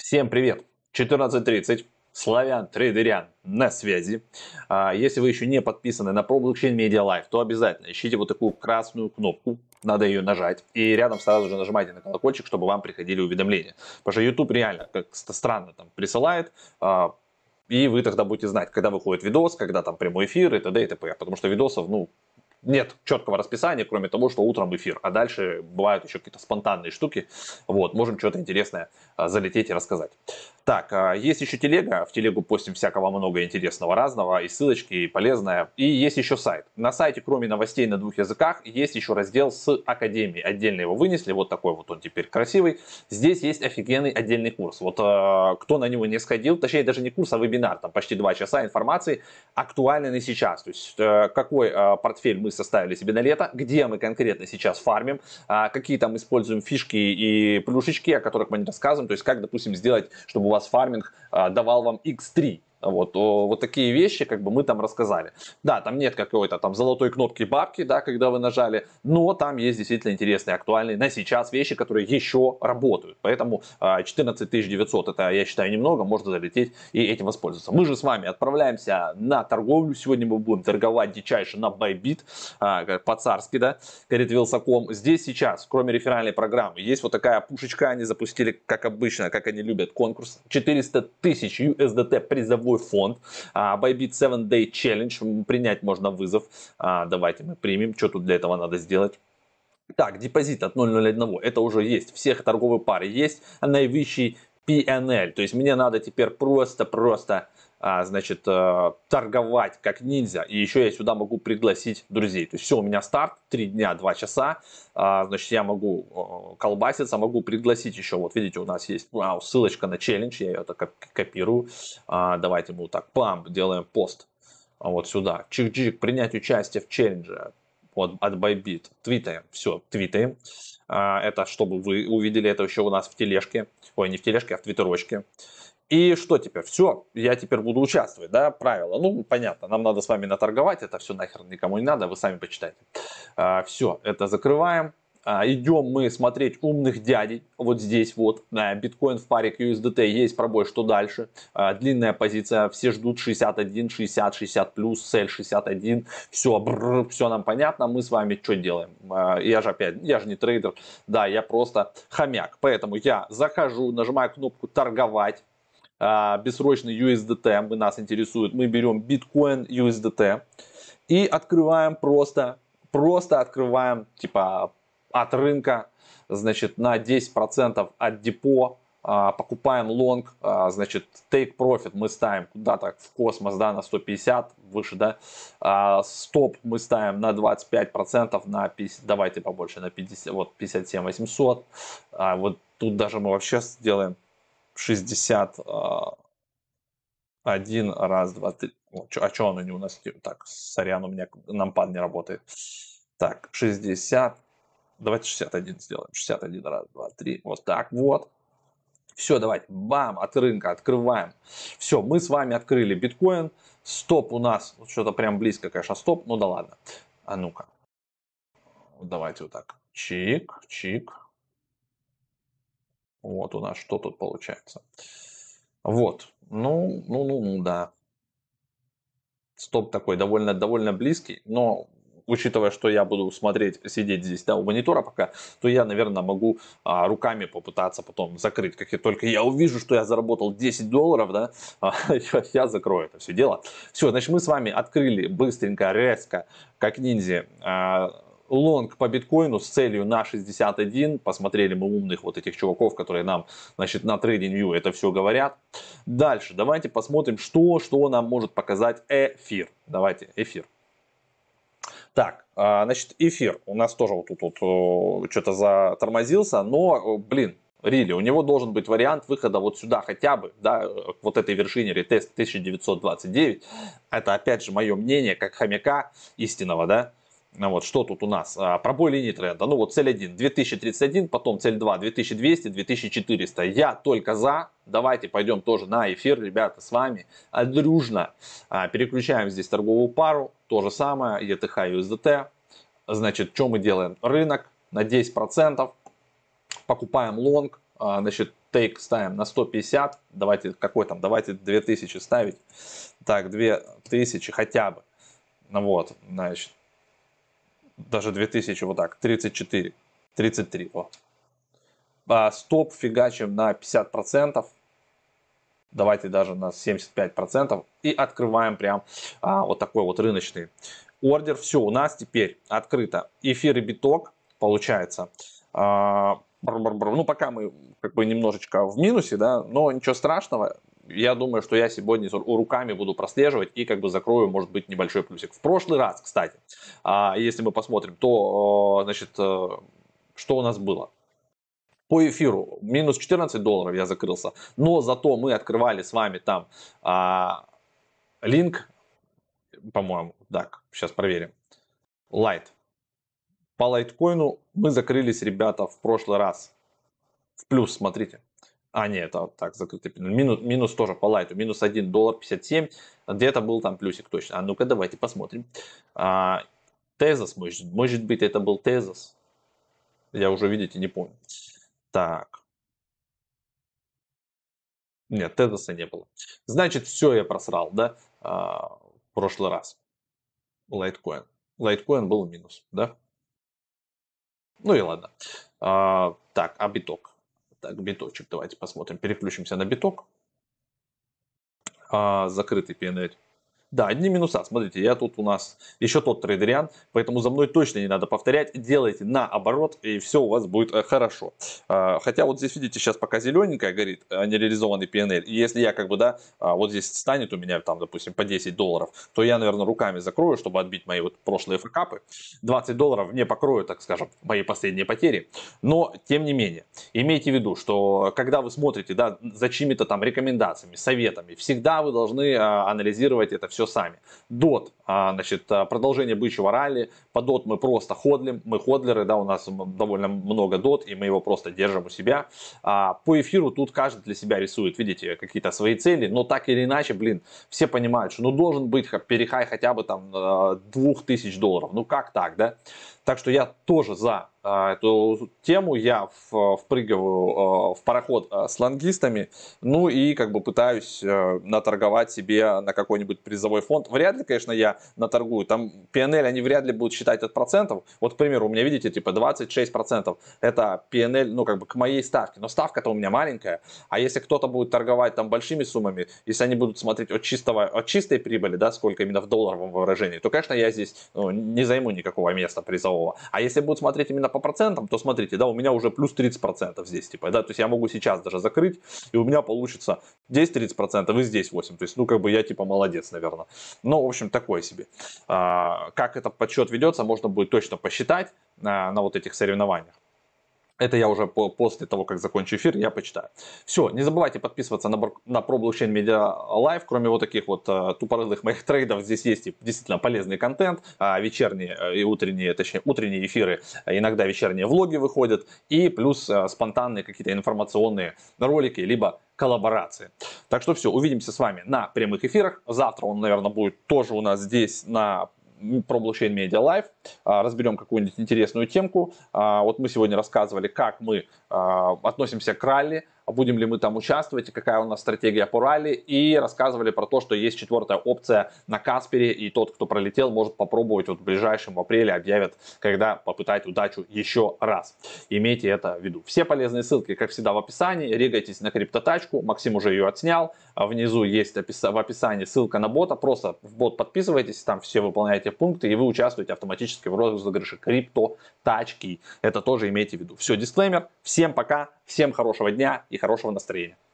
Всем привет! 14:30. Славян Трейдерян на связи. Если вы еще не подписаны на ProBlockchain Media Live, то обязательно ищите вот такую красную кнопку. Надо ее нажать. И рядом сразу же нажимайте на колокольчик, чтобы вам приходили уведомления. Потому что YouTube реально как-то странно там присылает. И вы тогда будете знать, когда выходит видос, когда там прямой эфир и т.д. и т.п. Потому что видосов, нет четкого расписания, кроме того, что утром эфир, а дальше бывают еще какие-то спонтанные штуки. Вот, можем что-то интересное залететь и рассказать. Так, есть еще телега, в телегу постим всякого много интересного разного, и ссылочки, и полезное. И есть еще сайт. На сайте, кроме новостей на 2 языках, есть еще раздел с Академией. Отдельно его вынесли, вот такой вот он теперь красивый. Здесь есть офигенный отдельный курс. Вот кто на него не сходил, точнее даже не курс, а вебинар, там почти 2 часа информации, актуальной на сейчас. То есть какой портфель мы составили себе на лето, где мы конкретно сейчас фармим, какие там используем фишки и плюшечки, о которых мы не рассказываем, то есть как, допустим, сделать, чтобы у вас фарминг давал вам x3. Вот такие вещи, как бы мы там рассказали. Да, там нет какой-то там золотой кнопки бабки, да, когда вы нажали, но там есть действительно интересные, актуальные на сейчас вещи, которые еще работают. Поэтому 14 900 это, я считаю, немного, можно залететь и этим воспользоваться. Мы же с вами отправляемся на торговлю. Сегодня мы будем торговать дичайше на Bybit, по-царски, да, говорит Вилсаком. Здесь сейчас, кроме реферальной программы, есть вот такая пушечка, они запустили, как обычно, как они любят, конкурс. 400 тысяч USDT призовой фонд. Bybit 7-Day Challenge. Принять можно вызов. Давайте мы примем. Что тут для этого надо сделать? Так, депозит от 0,01. Это уже есть. Всех торговые пары есть. Наивысший PNL. То есть мне надо теперь просто торговать как ниндзя. И еще я сюда могу пригласить друзей. То есть все, у меня старт, 3 дня, 2 часа. Значит, я могу колбаситься, могу пригласить еще. Вот видите, у нас есть ссылочка на челлендж. Я ее так копирую. Давайте мы вот так, пам, делаем пост. Вот сюда. Чик-чик, принять участие в челлендже. Вот от Bybit. Твитаем. Все, твитаем. Это чтобы вы увидели это еще у нас в тележке. Ой, не в тележке, а в твиттерочке. И что теперь? Все, я теперь буду участвовать, да, правила. Понятно, нам надо с вами наторговать, это все нахер никому не надо, вы сами почитайте. Все, это закрываем. Идем мы смотреть умных дядей, вот здесь вот, биткоин в паре к USDT, есть пробой, что дальше, длинная позиция, все ждут 61, 60, 60 плюс, цель 61, все нам понятно, мы с вами что делаем? Я же не трейдер, да, я просто хомяк, поэтому я захожу, нажимаю кнопку торговать, бессрочный USDT нас интересует, мы берем биткоин USDT и открываем просто открываем типа от рынка, значит, на 10% от депо, покупаем лонг, значит, take profit мы ставим куда-то в космос, да, на 150 выше, да, стоп мы ставим на 25%, на 50, давайте побольше, на 50, вот 57 800, вот тут даже мы вообще сделаем 61, раз, два, три. А что оно не у нас? Так, сорян, у меня нампад не работает. Так, 60. Давайте 61 сделаем. 61, раз, два, три. Вот так вот. Все, давайте, бам, от рынка открываем. Все, мы с вами открыли биткоин. Стоп у нас, вот что-то прям близко, конечно, стоп. Ну да ладно. А ну-ка. Давайте вот так. Чик, чик. Вот у нас что тут получается. Вот. Да. Стоп такой довольно близкий, но учитывая, что я буду сидеть здесь, да, у монитора пока, то я, наверное, могу руками попытаться потом закрыть. Как только я увижу, что я заработал $10, да, я закрою это все дело. Все, значит, мы с вами открыли быстренько, резко, как ниндзя, лонг по биткоину с целью на 61. Посмотрели мы умных вот этих чуваков, которые нам, значит, на TradingView это все говорят. Дальше давайте посмотрим, что нам может показать эфир. Давайте, эфир. Так, значит, эфир у нас тоже вот тут вот что-то затормозился, но, блин, Рили, у него должен быть вариант выхода вот сюда хотя бы, да, к вот этой вершине ретест 1929. Это, опять же, мое мнение, как хомяка истинного, да. Вот, что тут у нас? Пробой линии тренда. Ну вот цель 1 2031, потом цель 2 2200, 2400. Я только за. Давайте пойдем тоже на эфир, ребята, с вами. Дружно переключаем здесь торговую пару. То же самое, ETH USDT. Значит, что мы делаем? Рынок на 10%. Покупаем лонг. Значит, тейк ставим на 150. Давайте, какой там, давайте 2000 ставить. Так, 2000 хотя бы. Ну вот, значит, даже 2000 вот так, 34, 33, вот. Стоп фигачим на 50%. Давайте даже на 75%. И открываем прям вот такой вот рыночный ордер. Все, у нас теперь открыто эфир и биток. Получается. Ну, пока мы как бы немножечко в минусе, да, но ничего страшного. Я думаю, что я сегодня руками буду прослеживать и как бы закрою, может быть, небольшой плюсик. В прошлый раз, кстати, если мы посмотрим, то, значит, что у нас было? По эфиру минус $14 я закрылся, но зато мы открывали с вами там линк, по-моему, так, сейчас проверим, Light. По лайткоину мы закрылись, ребята, в прошлый раз в плюс, смотрите. Нет, это так, закрытый минус тоже по лайту, минус $1.57, где-то был там плюсик точно. Ну-ка, давайте посмотрим. Тезос, может быть, это был Тезос. Я уже, видите, не помню. Так. Нет, Тезоса не было. Значит, все я просрал, да, в прошлый раз. Лайткоин. Лайткоин был минус, да? Ну и ладно. Так, биток. Так, биточек, давайте посмотрим. Переключимся на биток. Закрытый PNL. Да, одни минуса. Смотрите, я тут у нас еще тот трейдериан, поэтому за мной точно не надо повторять. Делайте наоборот, и все у вас будет хорошо. Хотя вот здесь, видите, сейчас пока зелененькая горит, нереализованный PNL. И если я как бы, да, вот здесь станет у меня там, допустим, по $10, то я, наверное, руками закрою, чтобы отбить мои вот прошлые факапы. $20 не покрою, так скажем, мои последние потери. Но, тем не менее, имейте в виду, что когда вы смотрите, да, за чьими-то там рекомендациями, советами, всегда вы должны анализировать это все сами. DOT, значит, продолжение бычьего ралли. По DOT мы просто ходлим, мы ходлеры, да, у нас довольно много DOT, и мы его просто держим у себя. По эфиру тут каждый для себя рисует, видите, какие-то свои цели, но так или иначе, блин, все понимают, что ну должен быть перехай хотя бы там $2000. Ну как так, да? Так что я тоже за эту тему, я впрыгиваю в пароход с лонгистами, ну и как бы пытаюсь наторговать себе на какой-нибудь призовой фонд. Вряд ли, конечно, я наторгую, там PNL они вряд ли будут считать от процентов. Вот, к примеру, у меня, видите, типа 26% это PNL, ну как бы к моей ставке, но ставка-то у меня маленькая, а если кто-то будет торговать там большими суммами, если они будут смотреть от чистой прибыли, да, сколько именно в долларовом выражении, то, конечно, я здесь не займу никакого места призового. А если будут смотреть именно по процентам, то смотрите, да, у меня уже плюс 30% здесь, типа, да, то есть я могу сейчас даже закрыть, и у меня получится здесь 30% и здесь 8%, то есть, ну, как бы я, типа, молодец, наверное. Ну, в общем, такое себе. Как этот подсчет ведется, можно будет точно посчитать на вот этих соревнованиях. Это я уже после того, как закончу эфир, я почитаю. Все, не забывайте подписываться на Pro Blockchain Media Live. Кроме вот таких вот тупорылых моих трейдов, здесь есть и действительно полезный контент. Вечерние и утренние, точнее утренние эфиры, иногда вечерние влоги выходят. И плюс спонтанные какие-то информационные ролики, либо коллаборации. Так что все, увидимся с вами на прямых эфирах. Завтра он, наверное, будет тоже у нас здесь на Pro Blockchain Media Live. Разберем какую-нибудь интересную темку. Вот мы сегодня рассказывали, как мы относимся к ралли, будем ли мы там участвовать, какая у нас стратегия по ралли, и рассказывали про то, что есть 4-я опция на Каспере, и тот, кто пролетел, может попробовать вот в ближайшем в апреле объявят, когда попытать удачу еще раз. Имейте это в виду. Все полезные ссылки, как всегда, в описании. Регайтесь на криптотачку, Максим уже ее отснял. Внизу есть в описании ссылка на бота, просто в бот подписывайтесь, там все выполняете пункты, и вы участвуете автоматически в розыгрыше криптотачки. Это тоже имейте в виду. Все, дисклеймер. Всем пока, всем хорошего дня и хорошего настроения.